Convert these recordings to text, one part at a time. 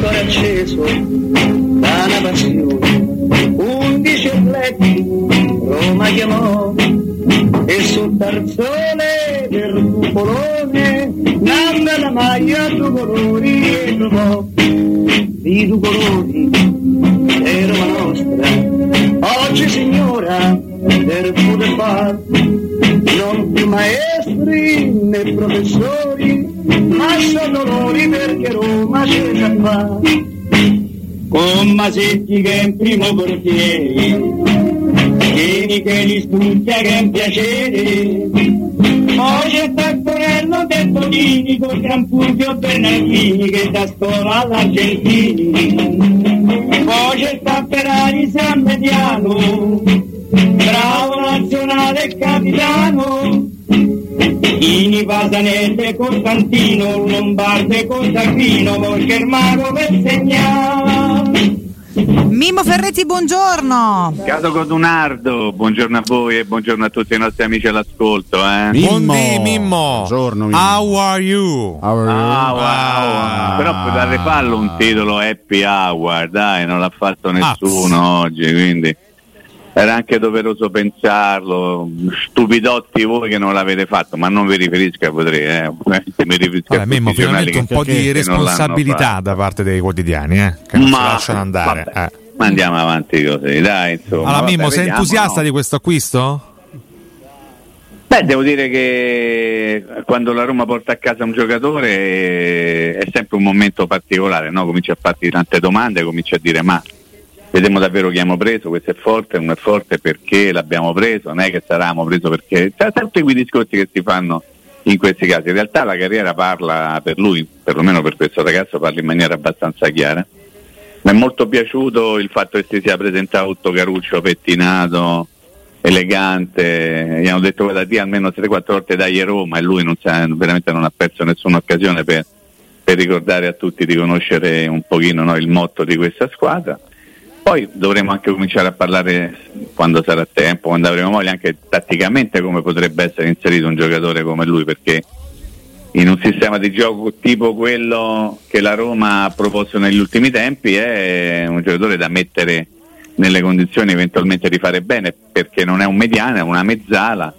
cuore acceso da una passione, 11 atleti Roma chiamò e sul tarzone del cupolone nanda la maglia due colori e trovò di due colori è Roma nostra oggi signora del poter far non più maestri né professori ma sono loro perché Roma c'è già fa con Masetti che è in primo portiere Vieni che li studia che è un piacere poi c'è Taccorello del Tonini con Gran Fulvio Bernardini che da scuola all'Argentini poi c'è Tapperari San Mediano bravo nazionale e capitano Ini Pasanelle Costantino Lombardo con Tagrino poi Germano per segnare. Mimmo Ferretti, buongiorno. Caso Codunardo, buongiorno a voi e buongiorno a tutti i nostri amici all'ascolto. Mimmo. Buongiorno, Mimmo. How are you? Però potete farlo un titolo Happy Hour, dai, non l'ha fatto nessuno oggi, quindi era anche doveroso pensarlo. Stupidotti voi che non l'avete fatto, ma non vi riferisco a voi tre, mi riferisco a Mimmo, finalmente un po' di responsabilità da parte dei quotidiani, che non si lasciano andare. Ma andiamo avanti così, dai, insomma. Allora, Mimmo, sei vediamo, entusiasta di questo acquisto? Beh, devo dire che quando la Roma porta a casa un giocatore è sempre un momento particolare, no? Comincia a farti tante domande, comincia a dire ma vediamo davvero chi abbiamo preso, questo è forte, non è forte perché l'abbiamo preso, non è che saremo preso perché... C'è tutti quei discorsi che si fanno in questi casi. In realtà la carriera parla per lui, perlomeno per questo ragazzo, parla in maniera abbastanza chiara. Mi è molto piaciuto il fatto che si sia presentato Caruccio pettinato, elegante, gli hanno detto guarda di almeno 3-4 volte dai a Roma e lui veramente non ha perso nessuna occasione per ricordare a tutti di conoscere un pochino, no, il motto di questa squadra. Poi dovremo anche cominciare a parlare, quando sarà tempo, quando avremo voglia, anche tatticamente come potrebbe essere inserito un giocatore come lui, perché in un sistema di gioco tipo quello che la Roma ha proposto negli ultimi tempi è un giocatore da mettere nelle condizioni eventualmente di fare bene, perché non è un mediano, è una mezzala,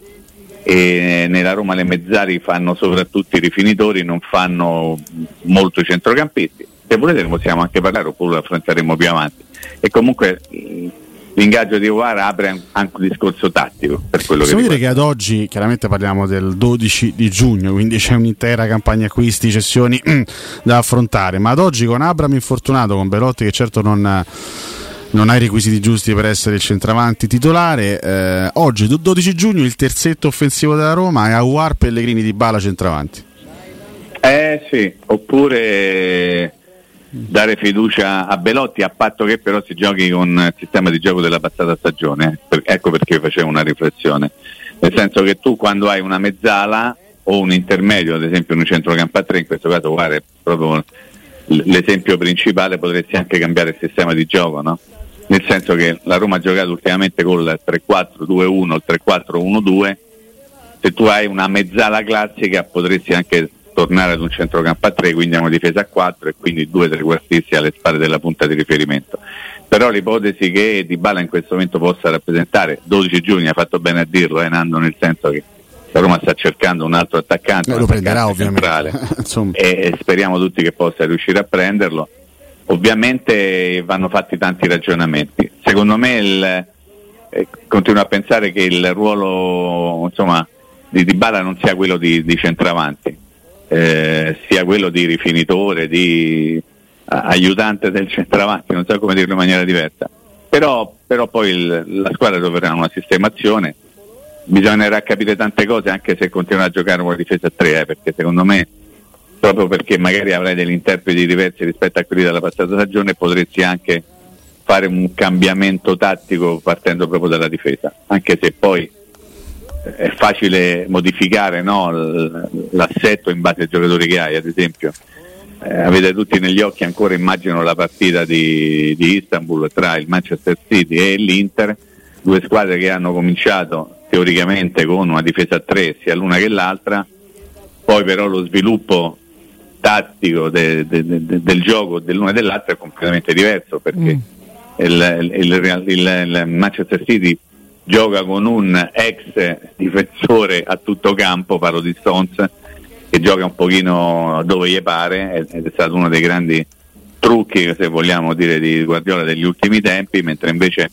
e nella Roma le mezzali fanno soprattutto i rifinitori, non fanno molto i centrocampisti. Se volete ne possiamo anche parlare oppure lo affronteremo più avanti. E comunque l'ingaggio di Ouar apre anche un discorso tattico per quello possiamo che dire che ad oggi, chiaramente parliamo del 12 di giugno, quindi c'è un'intera campagna acquisti, cessioni da affrontare, ma ad oggi con Abraham infortunato, con Belotti che certo non ha i requisiti giusti per essere il centravanti titolare, oggi 12 giugno il terzetto offensivo della Roma è Aouar, Pellegrini, Dybala centravanti. Sì, oppure dare fiducia a Belotti, a patto che però si giochi con il sistema di gioco della passata stagione. Ecco perché io facevo una riflessione, nel senso che tu quando hai una mezzala o un intermedio, ad esempio in un centrocampo a 3, in questo caso guarda, è proprio l'esempio principale, potresti anche cambiare il sistema di gioco, no? Nel senso che la Roma ha giocato ultimamente col 3-4-2-1, il 3-4-1-2, se tu hai una mezzala classica potresti anche tornare ad un centrocampo a 3, quindi a una difesa a 4 e quindi 2 trequartisti alle spalle della punta di riferimento. Però l'ipotesi che Dybala in questo momento possa rappresentare 12 giugno, ha fatto bene a dirlo, Nando, nel senso che la Roma sta cercando un altro attaccante, lo prenderà ovviamente e speriamo tutti che possa riuscire a prenderlo. Ovviamente vanno fatti tanti ragionamenti. Secondo me continuo a pensare che il ruolo di Dybala non sia quello di centravanti, sia quello di rifinitore, di aiutante del centravanti, non so come dirlo in maniera diversa, però poi la squadra troverà una sistemazione. Bisognerà capire tante cose anche se continuerà a giocare una difesa a 3, perché secondo me, proprio perché magari avrai degli interpreti diversi rispetto a quelli della passata stagione, potresti anche fare un cambiamento tattico partendo proprio dalla difesa, anche se poi è facile modificare, no, l'assetto in base ai giocatori che hai. Ad esempio avete tutti negli occhi ancora, immagino, la partita di Istanbul tra il Manchester City e l'Inter, due squadre che hanno cominciato teoricamente con una difesa a 3 sia l'una che l'altra, poi però lo sviluppo tattico del gioco dell'uno e dell'altro è completamente diverso, perché il Manchester City gioca con un ex difensore a tutto campo, parlo di Stones, che gioca un pochino dove gli pare, ed è stato uno dei grandi trucchi, se vogliamo dire, di Guardiola degli ultimi tempi, mentre invece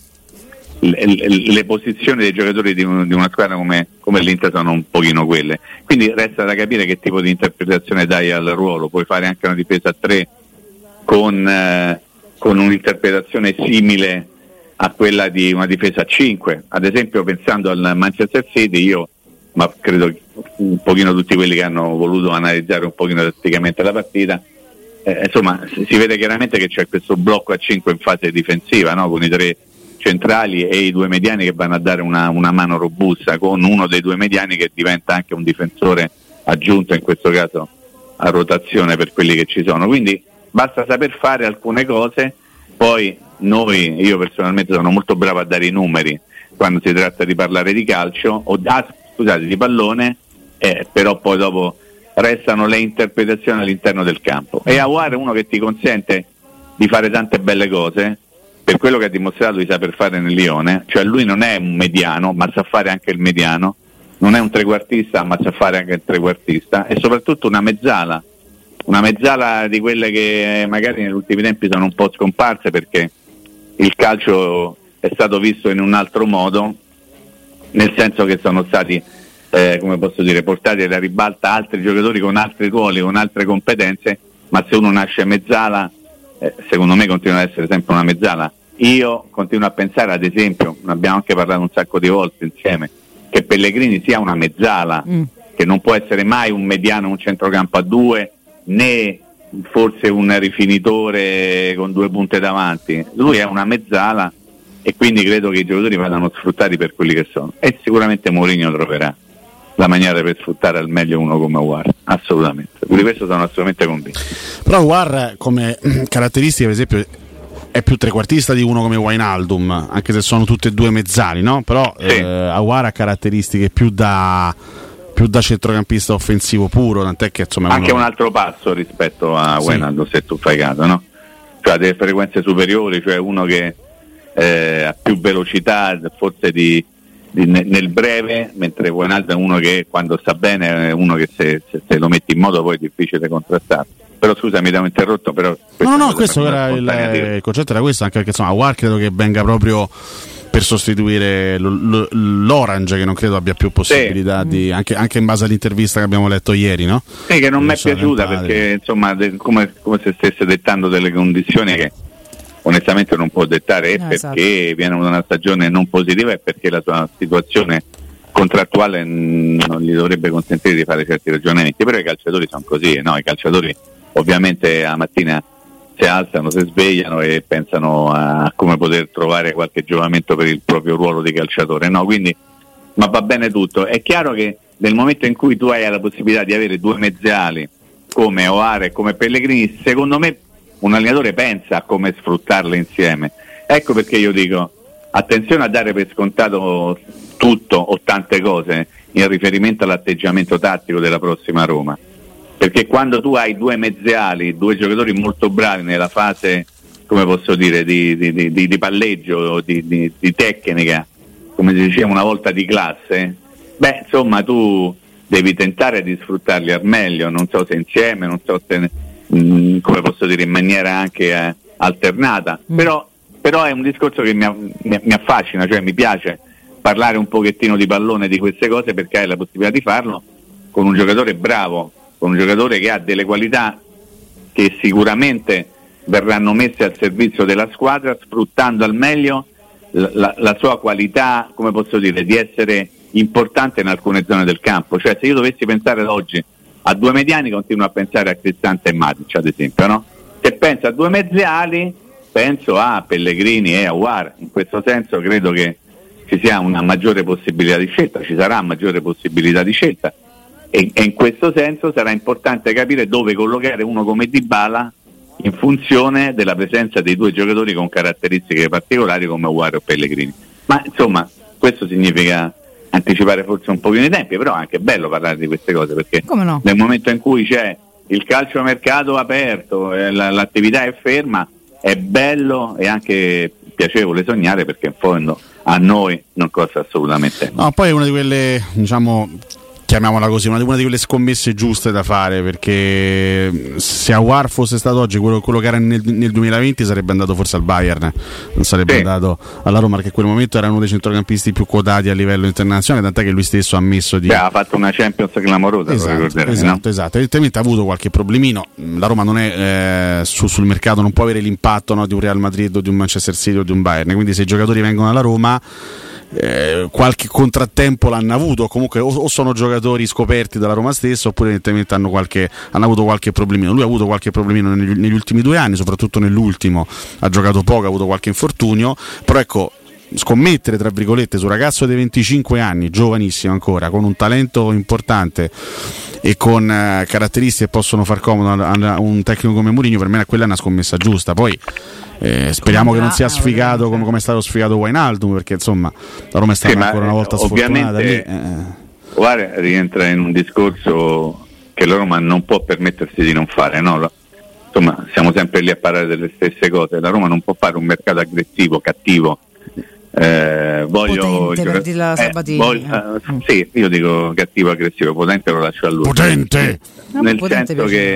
le posizioni dei giocatori di una squadra come l'Inter sono un pochino quelle. Quindi resta da capire che tipo di interpretazione dai al ruolo. Puoi fare anche una difesa a 3 con un'interpretazione simile a quella di una difesa a 5. Ad esempio, pensando al Manchester City, ma credo un pochino tutti quelli che hanno voluto analizzare un pochino tatticamente la partita, insomma si vede chiaramente che c'è questo blocco a 5 in fase difensiva, no? Con i 3 centrali e i 2 mediani che vanno a dare una mano robusta, con uno dei 2 mediani che diventa anche un difensore aggiunto, in questo caso a rotazione per quelli che ci sono. Quindi basta saper fare alcune cose. Poi io personalmente sono molto bravo a dare i numeri quando si tratta di parlare di calcio di pallone, però poi dopo restano le interpretazioni all'interno del campo, e Aouar è uno che ti consente di fare tante belle cose per quello che ha dimostrato di saper fare nel Lione. Cioè lui non è un mediano, ma sa fare anche il mediano, non è un trequartista, ma sa fare anche il trequartista, e soprattutto una mezzala di quelle che magari negli ultimi tempi sono un po' scomparse, perché il calcio è stato visto in un altro modo, nel senso che sono stati portati alla ribalta altri giocatori con altri ruoli, con altre competenze, ma se uno nasce mezzala, secondo me continua ad essere sempre una mezzala. Io continuo a pensare, ad esempio, ne abbiamo anche parlato un sacco di volte insieme, che Pellegrini sia una mezzala, che non può essere mai un mediano, un centrocampo a 2, né forse un rifinitore con 2 punte davanti. Lui è una mezzala, e quindi credo che i giocatori vadano sfruttati per quelli che sono, e sicuramente Mourinho troverà la maniera per sfruttare al meglio uno come Aouar, assolutamente, di questo sono assolutamente convinto. Però Aouar come caratteristica, per esempio, è più trequartista di uno come Wijnaldum, anche se sono tutte e 2 mezzali, no? Però sì. Aouar ha caratteristiche più da centrocampista offensivo puro, tant'è che insomma anche un altro passo rispetto a Wijnaldum, se tu fai caso, no? Cioè delle frequenze superiori, cioè uno che ha più velocità forse nel breve, mentre Wijnaldum è uno che quando sta bene è uno che se lo metti in moto poi è difficile contrastare. Però scusami, ti ho interrotto, però questo era il concetto, era questo, anche perché insomma Aouar credo che venga proprio per sostituire l'Orange, che non credo abbia più possibilità di, anche in base all'intervista che abbiamo letto ieri, no? Sì, che non mi è piaciuta, perché insomma come se stesse dettando delle condizioni che onestamente non può dettare, perché viene da una stagione non positiva e perché la sua situazione contrattuale non gli dovrebbe consentire di fare certi ragionamenti. Però i calciatori sono così, no? I calciatori ovviamente a mattina si alzano, si svegliano e pensano a come poter trovare qualche giovamento per il proprio ruolo di calciatore, no? Quindi, ma va bene tutto. È chiaro che nel momento in cui tu hai la possibilità di avere 2 mezzali come Aouar e come Pellegrini, secondo me un allenatore pensa a come sfruttarle insieme. Ecco perché io dico attenzione a dare per scontato tutto o tante cose in riferimento all'atteggiamento tattico della prossima Roma, perché quando tu hai 2 mezzali, 2 giocatori molto bravi nella fase, come posso dire, di palleggio, di tecnica, come si diceva una volta, di classe, insomma tu devi tentare di sfruttarli al meglio, non so se insieme, non so se come posso dire in maniera anche alternata, però è un discorso che mi affascina, cioè mi piace parlare un pochettino di pallone, di queste cose, perché hai la possibilità di farlo con un giocatore bravo, con un giocatore che ha delle qualità che sicuramente verranno messe al servizio della squadra, sfruttando al meglio la sua qualità, come posso dire, di essere importante in alcune zone del campo. Cioè se io dovessi pensare ad oggi a 2 mediani, continuo a pensare a Cristante e Matic, ad esempio, no? Se penso a 2 mezzali penso a Pellegrini e Aouar. In questo senso credo che ci sia una maggiore possibilità di scelta, ci sarà maggiore possibilità di scelta, e in questo senso sarà importante capire dove collocare uno come Dybala in funzione della presenza dei 2 giocatori con caratteristiche particolari come Aouar o Pellegrini. Ma insomma questo significa anticipare forse un pochino i tempi, però è anche bello parlare di queste cose, perché nel momento in cui c'è il calciomercato aperto, l'attività è ferma, è bello e anche piacevole sognare, perché in fondo a noi non costa assolutamente niente. No, poi è una di quelle, diciamo, chiamiamola così, una di quelle scommesse giuste da fare, perché se Aouar fosse stato oggi quello che era nel 2020 sarebbe andato forse al Bayern, non sarebbe andato alla Roma, perché in quel momento era uno dei centrocampisti più quotati a livello internazionale, tant'è che lui stesso ha ammesso di... ha fatto una Champions clamorosa, esatto. Evidentemente ha avuto qualche problemino. La Roma non è sul mercato, non può avere l'impatto, no, di un Real Madrid o di un Manchester City o di un Bayern, quindi se i giocatori vengono alla Roma qualche contrattempo l'hanno avuto, comunque o sono giocatori scoperti dalla Roma stessa, oppure evidentemente hanno avuto qualche problemino. Lui ha avuto qualche problemino negli ultimi 2 anni, soprattutto nell'ultimo ha giocato poco, ha avuto qualche infortunio, però ecco, scommettere tra virgolette su un ragazzo dei 25 anni, giovanissimo ancora, con un talento importante e con caratteristiche che possono far comodo a un tecnico come Mourinho, per me quella è una scommessa giusta. Poi speriamo che non sia sfigato come è stato sfigato Wijnaldum, perché insomma la Roma è stata ancora una volta sfortunata lì. Guarda, rientra in un discorso che la Roma non può permettersi di non fare, no? Insomma, siamo sempre lì a parlare delle stesse cose. La Roma non può fare un mercato aggressivo, cattivo. Potente, per dirla Sabatini. Sì, io dico cattivo, aggressivo, potente lo lascio a lui. Potente! Nel senso che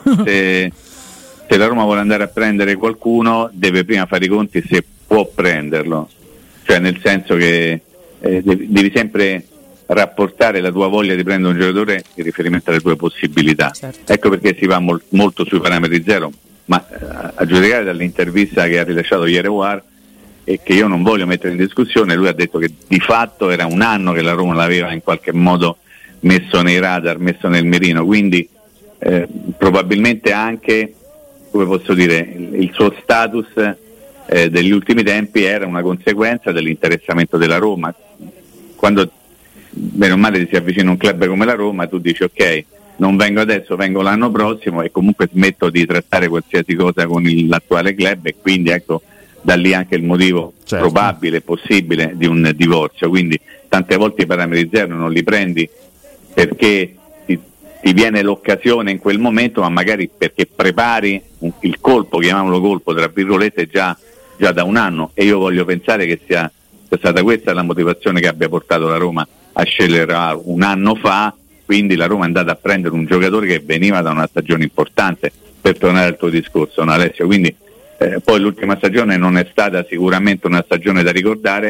se la Roma vuole andare a prendere qualcuno deve prima fare i conti se può prenderlo, cioè nel senso che devi sempre rapportare la tua voglia di prendere un giocatore in riferimento alle tue possibilità. Certo. Ecco perché si va molto sui parametri zero, ma a giudicare dall'intervista che ha rilasciato ieri Aouar, e che io non voglio mettere in discussione, lui ha detto che di fatto era un anno che la Roma l'aveva in qualche modo messo nei radar, messo nel mirino, quindi probabilmente anche, come posso dire, il suo status degli ultimi tempi era una conseguenza dell'interessamento della Roma. Quando bene o male ti si avvicina un club come la Roma, tu dici ok, non vengo adesso, vengo l'anno prossimo, e comunque smetto di trattare qualsiasi cosa con l'attuale club, e quindi ecco, da lì anche il motivo probabile, possibile di un divorzio. Quindi tante volte i parametri zero non li prendi perché ti viene l'occasione in quel momento, ma magari perché prepari il colpo, chiamiamolo colpo tra virgolette, già da un anno, e io voglio pensare che sia stata questa la motivazione che abbia portato la Roma a scegliere un anno fa. Quindi la Roma è andata a prendere un giocatore che veniva da una stagione importante, per tornare al tuo discorso, no, Alessio? Quindi poi l'ultima stagione non è stata sicuramente una stagione da ricordare,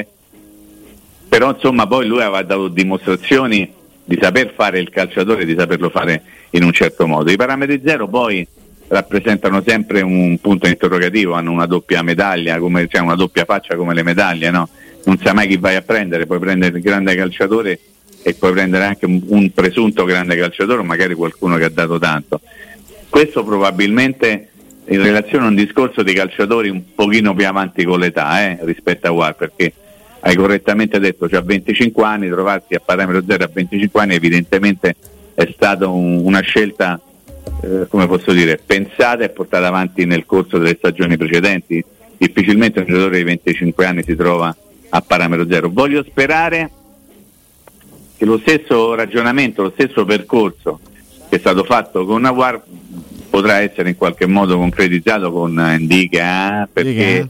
però insomma poi lui aveva dato dimostrazioni di saper fare il calciatore, di saperlo fare in un certo modo. I parametri zero poi rappresentano sempre un punto interrogativo, hanno una doppia medaglia, cioè una doppia faccia come le medaglie, no? Non sai mai chi vai a prendere, puoi prendere il grande calciatore e puoi prendere anche un presunto grande calciatore, o magari qualcuno che ha dato tanto. Questo probabilmente in relazione a un discorso di calciatori un pochino più avanti con l'età rispetto a Aouar, perché hai correttamente detto, c'ha 25 anni, trovarsi a parametro zero a 25 anni evidentemente è stata una scelta, come posso dire, pensata e portata avanti nel corso delle stagioni precedenti. Difficilmente un giocatore di 25 anni si trova a parametro zero. Voglio sperare che lo stesso ragionamento, lo stesso percorso che è stato fatto con Aouar potrà essere in qualche modo concretizzato con Ndicka, perché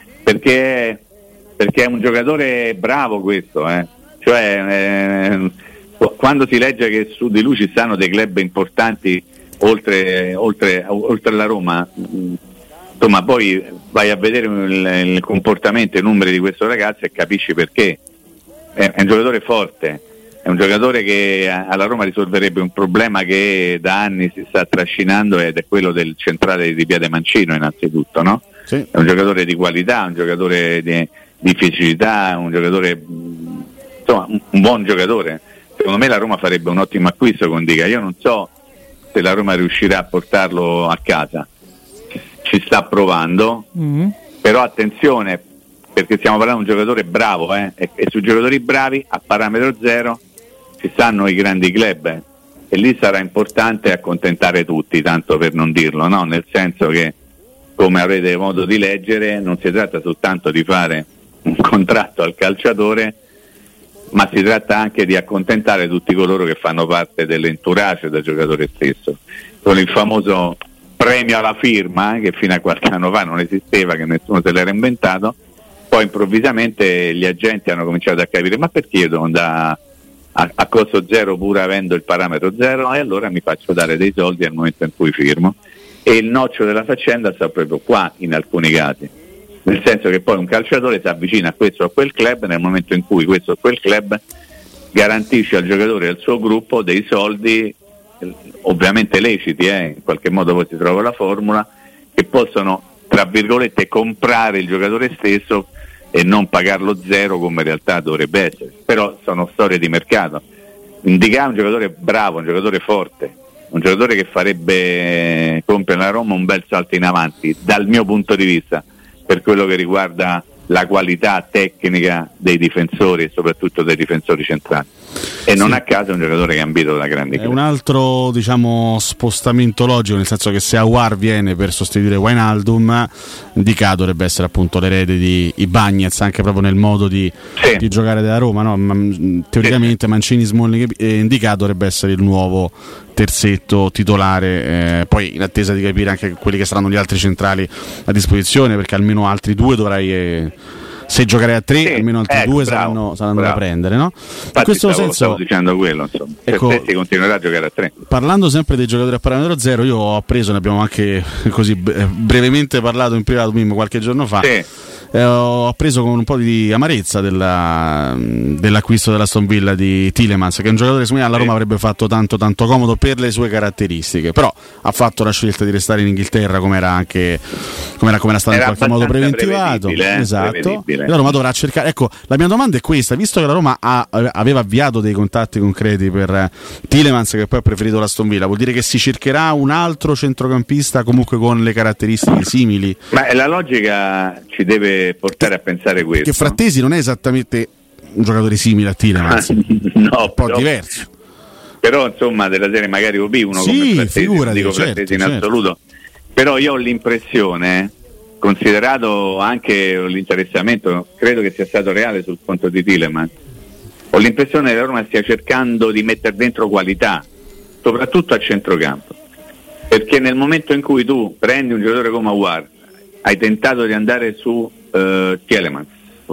è un giocatore bravo questo, cioè quando si legge che su di lui ci stanno dei club importanti oltre la Roma, insomma poi vai a vedere il comportamento e i numeri di questo ragazzo e capisci perché. È un giocatore forte, è un giocatore che alla Roma risolverebbe un problema che da anni si sta trascinando, ed è quello del centrale di Piede Mancino innanzitutto, no? Sì. È un giocatore di qualità, un giocatore di fisicità, un giocatore, insomma un buon giocatore. Secondo me la Roma farebbe un ottimo acquisto con Ndicka. Io non so se la Roma riuscirà a portarlo a casa, ci sta provando, però attenzione, perché stiamo parlando di un giocatore bravo, e su giocatori bravi a parametro zero ci stanno i grandi club, e lì sarà importante accontentare tutti, tanto per non dirlo, no? Nel senso che, come avrete modo di leggere, non si tratta soltanto di fare un contratto al calciatore, ma si tratta anche di accontentare tutti coloro che fanno parte dell'entourage del giocatore stesso, con il famoso premio alla firma, che fino a qualche anno fa non esisteva, che nessuno se l'era inventato. Poi improvvisamente gli agenti hanno cominciato a capire: ma perché io devo andare a costo zero pur avendo il parametro zero? E allora mi faccio dare dei soldi al momento in cui firmo. E il noccio della faccenda sta proprio qua in alcuni casi, nel senso che poi un calciatore si avvicina a questo o a quel club nel momento in cui questo o quel club garantisce al giocatore e al suo gruppo dei soldi, ovviamente leciti, in qualche modo poi si trova la formula, che possono, tra virgolette, comprare il giocatore stesso e non pagarlo zero come in realtà dovrebbe essere. Però sono storie di mercato. Indicare un giocatore bravo, un giocatore forte, un giocatore che farebbe compiere la Roma un bel salto in avanti dal mio punto di vista, per quello che riguarda la qualità tecnica dei difensori e soprattutto dei difensori centrali. E non a caso è un giocatore che ha ambito da grandi club. È un altro, diciamo, spostamento logico, nel senso che se Aouar viene per sostituire Wijnaldum, Ndicà dovrebbe essere appunto l'erede di Ibañez, anche proprio nel modo di giocare della Roma, no? Teoricamente Mancini, Smalling e Ndicà dovrebbe essere il nuovo terzetto titolare, poi in attesa di capire anche quelli che saranno gli altri centrali a disposizione, perché almeno altri due dovrai, se giocare a tre, almeno altri due saranno da prendere, no? Infatti in questo senso stavo dicendo quello, insomma. Ecco, per te si continuerà a giocare a tre. Parlando sempre dei giocatori a parametro zero, io ho appreso, ne abbiamo anche così brevemente parlato in privato qualche giorno fa. Ho appreso con un po' di amarezza dell'acquisto dell'Aston Villa di Tielemans, che è un giocatore che alla Roma avrebbe fatto tanto comodo per le sue caratteristiche, però ha fatto la scelta di restare in Inghilterra, come era stato in qualche modo preventivato. Esatto. La Roma dovrà cercare. Ecco, la mia domanda è questa: visto che la Roma aveva avviato dei contatti concreti per Tielemans, che poi ha preferito l'Aston Villa, vuol dire che si cercherà un altro centrocampista comunque con le caratteristiche simili? Ma la logica ci deve portare a pensare questo, che Frattesi non è esattamente un giocatore simile a Tielemans, no, un po' diverso, però insomma della serie magari OB uno come Frattesi, non dico Frattesi in assoluto, però io ho l'impressione, considerato anche l'interessamento, credo che sia stato reale sul conto di Tielemans, ho l'impressione che la Roma stia cercando di mettere dentro qualità, soprattutto a centrocampo, perché nel momento in cui tu prendi un giocatore come Aouar, hai tentato di andare su Tielemans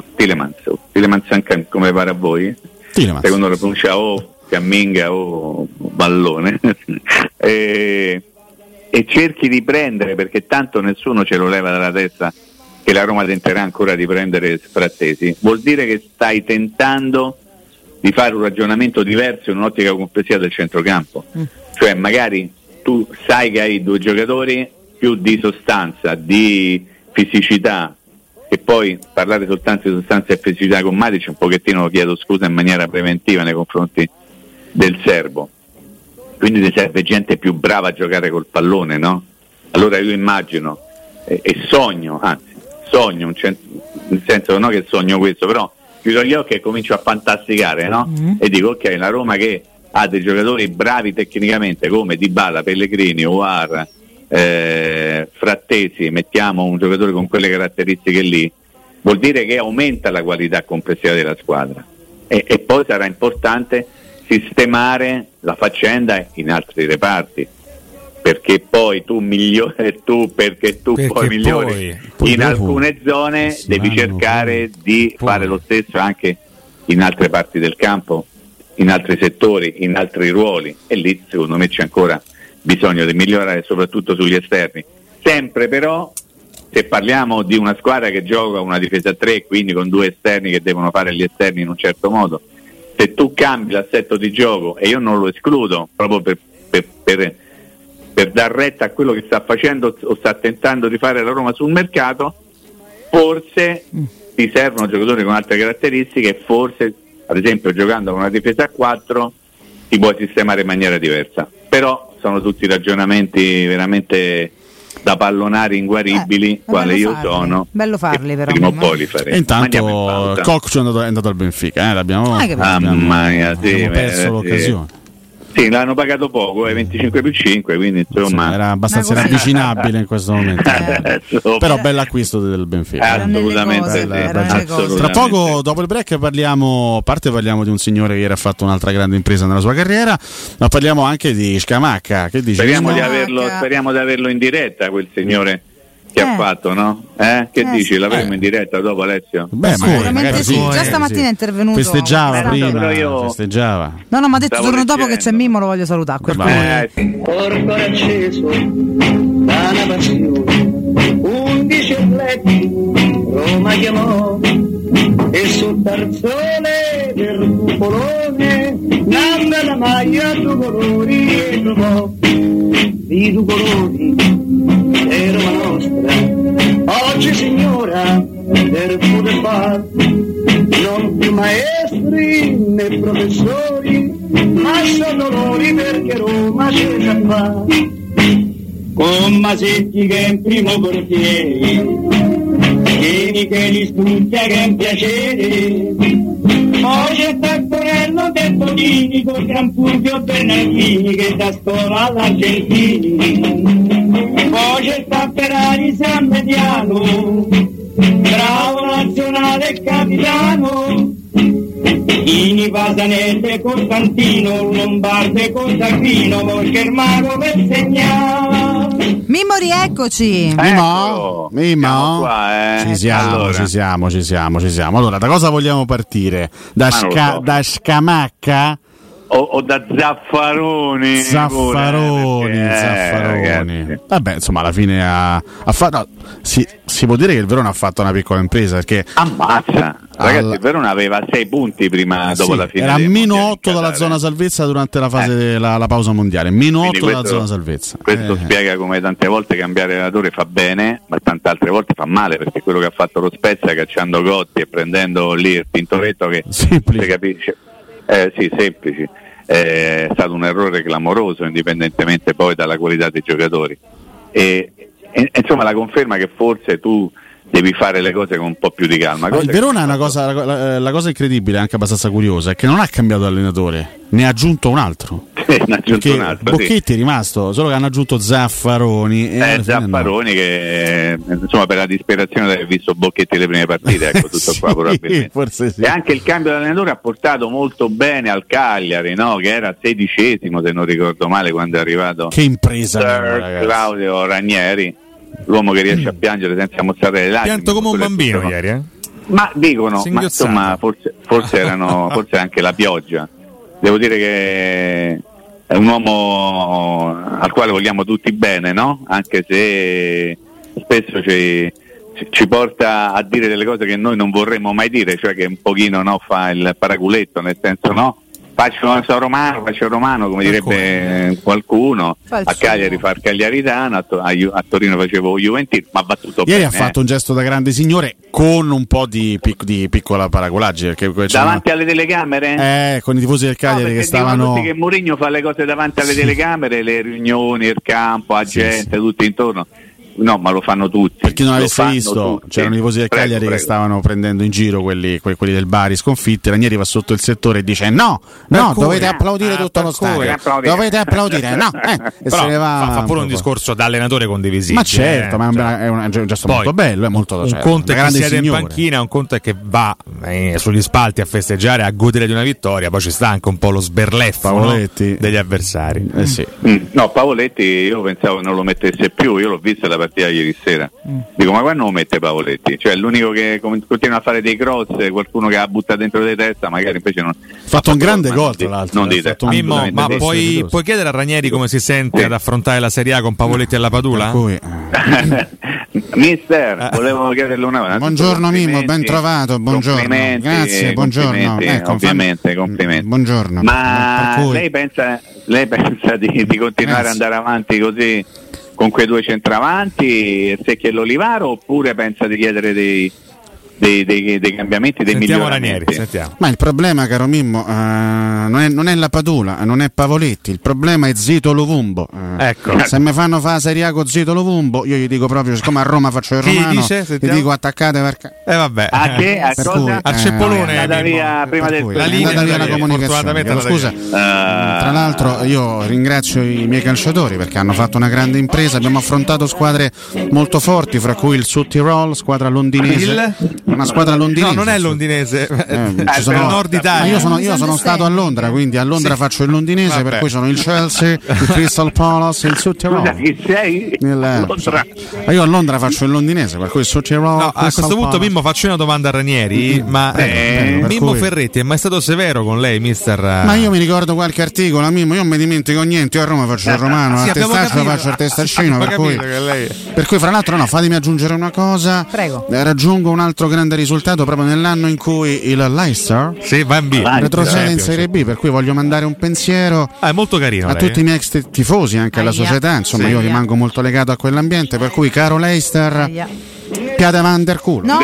anche come pare a voi, secondo la pronuncia o camminga o ballone e cerchi di prendere, perché tanto nessuno ce lo leva dalla testa che la Roma tenterà ancora di prendere Frattesi, vuol dire che stai tentando di fare un ragionamento diverso in un'ottica complessiva del centrocampo, cioè magari tu sai che hai due giocatori più di sostanza, di fisicità, e poi parlare soltanto di sostanza e fisicità con Matic un pochettino, chiedo scusa in maniera preventiva nei confronti del serbo, quindi ti serve gente più brava a giocare col pallone, no? Allora io immagino e sogno, nel senso non che sogno questo, però chiudo gli occhi e comincio a fantasticare, no? E dico ok, la Roma che ha dei giocatori bravi tecnicamente come Dybala, Pellegrini, Aouar, Frattesi, mettiamo un giocatore con quelle caratteristiche lì, vuol dire che aumenta la qualità complessiva della squadra e poi sarà importante sistemare la faccenda in altri reparti, perché poi tu migliori in alcune zone devi cercare di fare lo stesso anche in altre parti del campo, in altri settori, in altri ruoli, e lì secondo me c'è ancora bisogno di migliorare soprattutto sugli esterni, sempre però se parliamo di una squadra che gioca una difesa a 3, quindi con due esterni che devono fare gli esterni in un certo modo, se tu cambi l'assetto di gioco, e io non lo escludo proprio per dar retta a quello che sta facendo o sta tentando di fare la Roma sul mercato, forse ti servono giocatori con altre caratteristiche e forse, ad esempio, giocando con una difesa a 4 ti puoi sistemare in maniera diversa, però sono tutti ragionamenti veramente da pallonari inguaribili, quale io sono. Bello farli, però prima o poi li faremo. E intanto Coccio è andato al Benfica, l'abbiamo perso l'occasione. Sì, l'hanno pagato poco, 25 più 5, quindi insomma... Sì, era abbastanza ravvicinabile in questo momento. Però bell'acquisto del Benfica. Assolutamente, assolutamente. Tra poco, dopo il break, parliamo di un signore che ieri ha fatto un'altra grande impresa nella sua carriera, ma parliamo anche di Scamacca. Che dici? Speriamo di averlo in diretta, quel signore che ha fatto, no? Che dici? L'avremo in diretta dopo, Alessio? Beh, sicuramente sì. Già stamattina è intervenuto. Festeggiava prima, festeggiava. No, ma ha detto giorno dopo che c'è Mimmo, lo voglio salutare. Corpo acceso da una passione, 11 letti Roma chiamò, e sul tarzone del cupolone nanda la maglia due colori e trovò i due colori è Roma nostra. Oggi signora del poter far non più maestri né professori, ma sono loro perché Roma c'è già fa. Con Masetti che è in primo portiere, Chieni che li studia che è un piacere, poi c'è Taccorello del Bonini con Gran Fulvio Bernardini che da scuola all'Argentini, poi c'è Tapperari San Mediano, bravo nazionale e capitano, Ini Pasanelle Costantino, Lombardo e Costantino, perché il mago per segnare. Mimmo, rieccoci. Mimmo? Qua, ci siamo. Allora, da cosa vogliamo partire? Da Scamacca? O da Zaffaroni. Zaffaroni. Vabbè, insomma, alla fine ha fatto. Si può dire che il Verona ha fatto una piccola impresa perché. Ammazza! Ragazzi, il Verona aveva 6 punti prima, dopo la fine. Era meno 8 dalla zona salvezza durante la fase della pausa mondiale. Meno 8 dalla zona salvezza. Questo spiega come tante volte cambiare allenatore fa bene, ma tante altre volte fa male, perché quello che ha fatto lo Spezia cacciando Gotti e prendendo lì il Tintoretto che si capisce. Semplici. È stato un errore clamoroso, indipendentemente poi dalla qualità dei giocatori. E insomma, la conferma che forse tu devi fare le cose con un po' più di calma. Il Verona è una cosa, la cosa incredibile, anche abbastanza curiosa, è che non ha cambiato allenatore, ne ha aggiunto un altro. Bocchetti è rimasto, solo che hanno aggiunto Zaffaroni. Zaffaroni che insomma, per la disperazione di aver visto Bocchetti le prime partite, ecco, tutto qua probabilmente. Forse sì. E anche il cambio di allenatore ha portato molto bene al Cagliari, no? Che era 16esimo, se non ricordo male, quando è arrivato. Che impresa, Claudio Ranieri, l'uomo che riesce a piangere senza mostrare le lacrime. Pianto come un bambino ieri, Ma dicono, ma insomma, forse anche la pioggia. Devo dire che è un uomo al quale vogliamo tutti bene, no? Anche se spesso ci porta a dire delle cose che noi non vorremmo mai dire, cioè che un pochino fa il paraculetto, nel senso faccio romano, come direbbe qualcuno. A Cagliari fa il cagliaritano, a Torino facevo Juventino, ma va tutto bene. Ieri ha fatto un gesto da grande signore con un po' di piccola paracolaggine. Davanti alle telecamere? Con i tifosi del Cagliari che stavano... Tutti che Mourinho fa le cose davanti alle telecamere, le riunioni, il campo, la gente, tutti intorno. No, ma lo fanno tutti. Per chi non avesse visto, c'erano i tifosi del Cagliari che stavano prendendo in giro quelli del Bari sconfitti. Ranieri va sotto il settore e dice no, dovete applaudire tutto lo stadio, dovete applaudire, no. E se ne va, fa pure un discorso da allenatore condivisibile. Ma certo, ma è un gesto molto bello, è molto un conto è che siete in panchina, un conto è che va sugli spalti a festeggiare, a godere di una vittoria. Poi ci sta anche un po' lo sberleffo degli avversari. Sì. No, Pavoletti io pensavo non lo mettesse più, io l'ho visto la partita ieri sera. Dico, ma quando lo mette Pavoletti? Cioè l'unico che continua a fare dei cross, qualcuno che ha buttato dentro di testa, magari invece non ha fatto un grande gol, tra l'altro. Non dite. Mimmo, ma puoi chiedere a Ranieri come si sente ad affrontare la Serie A con Pavoletti alla Padula? Mister, volevo chiederle una cosa. Buongiorno Mimmo, ben trovato, buongiorno. Grazie, buongiorno. Complimenti. Buongiorno. Ma lei pensa di continuare ad andare avanti così con quei due centravanti, Secchi e l'Olivaro, oppure pensa di chiedere dei dei cambiamenti, dei miglioramenti. Sentiamo. Ma il problema, caro Mimmo, non è la Padula, non è Pavoletti, il problema è Zito Lovumbo. Ecco. Se mi fanno fare Serie A con Zito Lovumbo, io gli dico proprio, siccome a Roma faccio il romano, gli dico attaccate perché. Vabbè. A che? A cosa? Al Ceppolone. È andata via prima del la linea, andata via la comunicazione. Scusa, tra l'altro io ringrazio i miei calciatori perché hanno fatto una grande impresa, abbiamo affrontato squadre molto forti, fra cui il Sud Tirol, squadra londinese. Una squadra londinese. No, non è londinese, ci sono, Nord Italia. Ma io sono stato a Londra, quindi a Londra faccio il londinese, per cui sono il Chelsea, il Crystal Palace e il Sud Tirol. Chi sei? Ma io a Londra faccio il londinese, per cui il Sud Tirol. No, a questo punto Mimmo faccio una domanda a Ranieri, ma Mimmo Ferretti è mai stato severo con lei, mister? Ma io mi ricordo qualche articolo, a Mimmo, io non mi dimentico niente, io a Roma faccio il romano, a Testaccio faccio il testaccino, per cui fra l'altro fatemi aggiungere una cosa. Prego. Raggiungo un altro grande risultato proprio nell'anno in cui il Leicester retrocede in Serie B, per cui voglio mandare un pensiero è molto carino a tutti i miei ex tifosi, anche alla società, insomma io rimango molto legato a quell'ambiente, per cui caro Leicester, piate van der culo. No,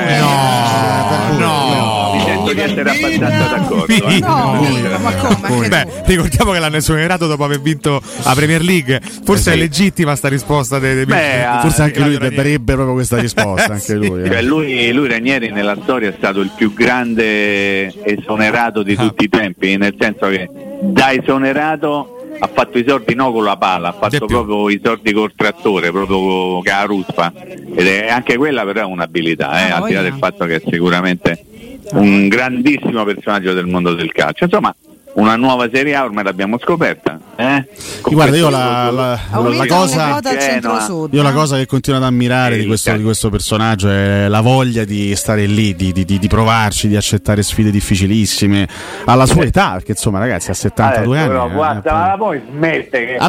mi sento di essere abbastanza d'accordo. Ma come? Beh, ricordiamo che l'hanno esonerato dopo aver vinto la Premier League. Forse è legittima sta risposta forse anche lui darebbe proprio questa risposta, anche lui. Cioè, lui Ranieri nella storia è stato il più grande esonerato di tutti i tempi, nel senso che da esonerato ha fatto i sordi no con la palla, ha fatto proprio i sordi col trattore, proprio con la ruspa, ed è anche quella però è un'abilità, al di là del fatto che è sicuramente un grandissimo personaggio del mondo del calcio. Insomma, una nuova Serie A ormai l'abbiamo scoperta. Guarda, io la cosa che continuo ad ammirare di questo personaggio è la voglia di stare lì, di provarci, di accettare sfide difficilissime alla sua età, perché insomma ragazzi ha 72 anni. Però guarda, ma poi smette che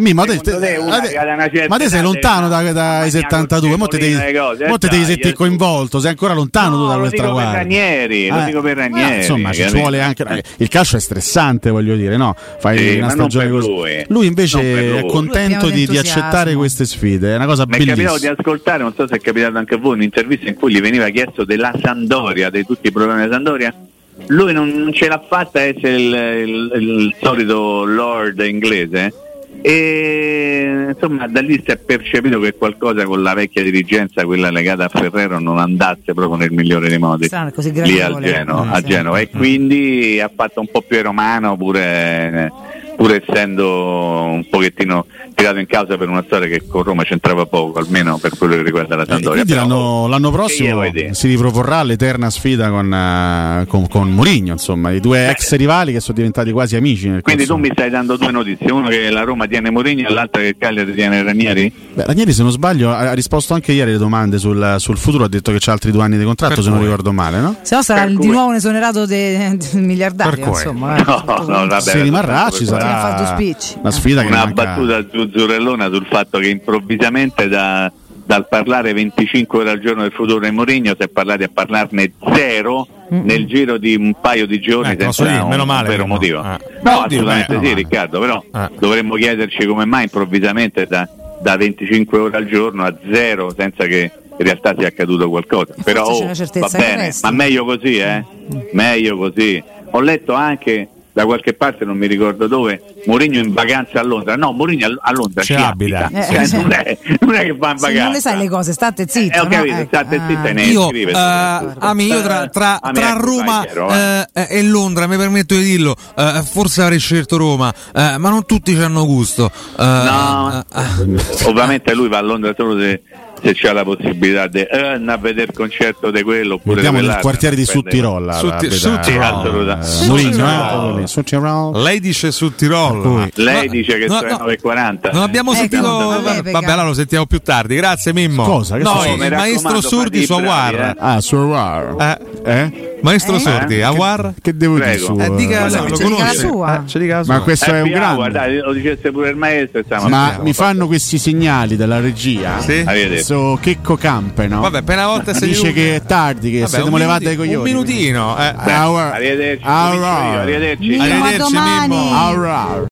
ma te sei lontano dai 72, mo te devi sentire coinvolto, sei ancora lontano tu da quel traguardo. Lo dico per Ranieri. Insomma, ci vuole anche il calcio è stressante, voglio dire, no? Fai una stagione così. Lui invece è contento di accettare queste sfide, è una cosa bellissima. Mi è capitato di ascoltare, non so se è capitato anche a voi, un'intervista in cui gli veniva chiesto della Sampdoria, di tutti i problemi della Sampdoria. Lui non ce l'ha fatta a essere il solito lord inglese, e insomma da lì si è percepito che qualcosa con la vecchia dirigenza, quella legata a Ferrero, non andasse proprio nel migliore dei modi lì a Genova, e quindi ha fatto un po' più romano, pur essendo un pochettino tirato in causa per una storia che con Roma c'entrava poco, almeno per quello che riguarda la Sampdoria. Quindi l'anno prossimo si riproporrà l'eterna sfida con Mourinho, insomma, i due ex rivali che sono diventati quasi amici. Quindi tu mi stai dando due notizie, uno che la Roma tiene Mourinho e l'altra che il Cagliari tiene Ranieri? Ranieri, se non sbaglio, ha risposto anche ieri alle domande sul futuro, ha detto che c'ha altri 2 anni di contratto, se non ricordo male, no? Se no sarà di nuovo un esonerato del miliardario, insomma. No, vabbè, se rimarrà ci sarà una sfida, una battuta a Zuzzurellona sul fatto che improvvisamente dal parlare 25 ore al giorno del futuro di Mourinho si è parlati a parlarne zero nel giro di un paio di giorni, senza un vero motivo. No, assolutamente sì, Riccardo, però dovremmo chiederci come mai improvvisamente da 25 ore al giorno a zero, senza che in realtà sia accaduto qualcosa. Però va bene, ma meglio così, meglio così. Ho letto anche da qualche parte, non mi ricordo dove, Mourinho in vacanza a Londra. No, Mourinho a Londra ci abita. Non è che va in vacanza. Non le sai le cose, state zitto. Ho capito, state zitto e ne scrive. Io tra Roma e Londra, mi permetto di dirlo, forse avrei scelto Roma, ma non tutti ci hanno gusto. Ovviamente lui va a Londra solo se c'è la possibilità di a vedere il concerto di quello, oppure vediamo nel quartiere di Sud Tirol, lei dice Sud Tirol, lei dice che sono 9:40. Non abbiamo sentito, vabbè, allora lo sentiamo più tardi. Grazie Mimmo. Cosa? No, il maestro Sordi su Awar. Su Awar. Maestro Sordi, Awar. Che devo dire su? Dica lo conosce. Ma questo è un grande. Guardate, lo dicesse pure il maestro. Ma mi fanno questi segnali dalla regia. Sì. Checco Campe, no? Vabbè, appena volta dice che è tardi, che siamo levati dai coglioni. Un minutino. Arrivederci. Arrivederci. Mimmo.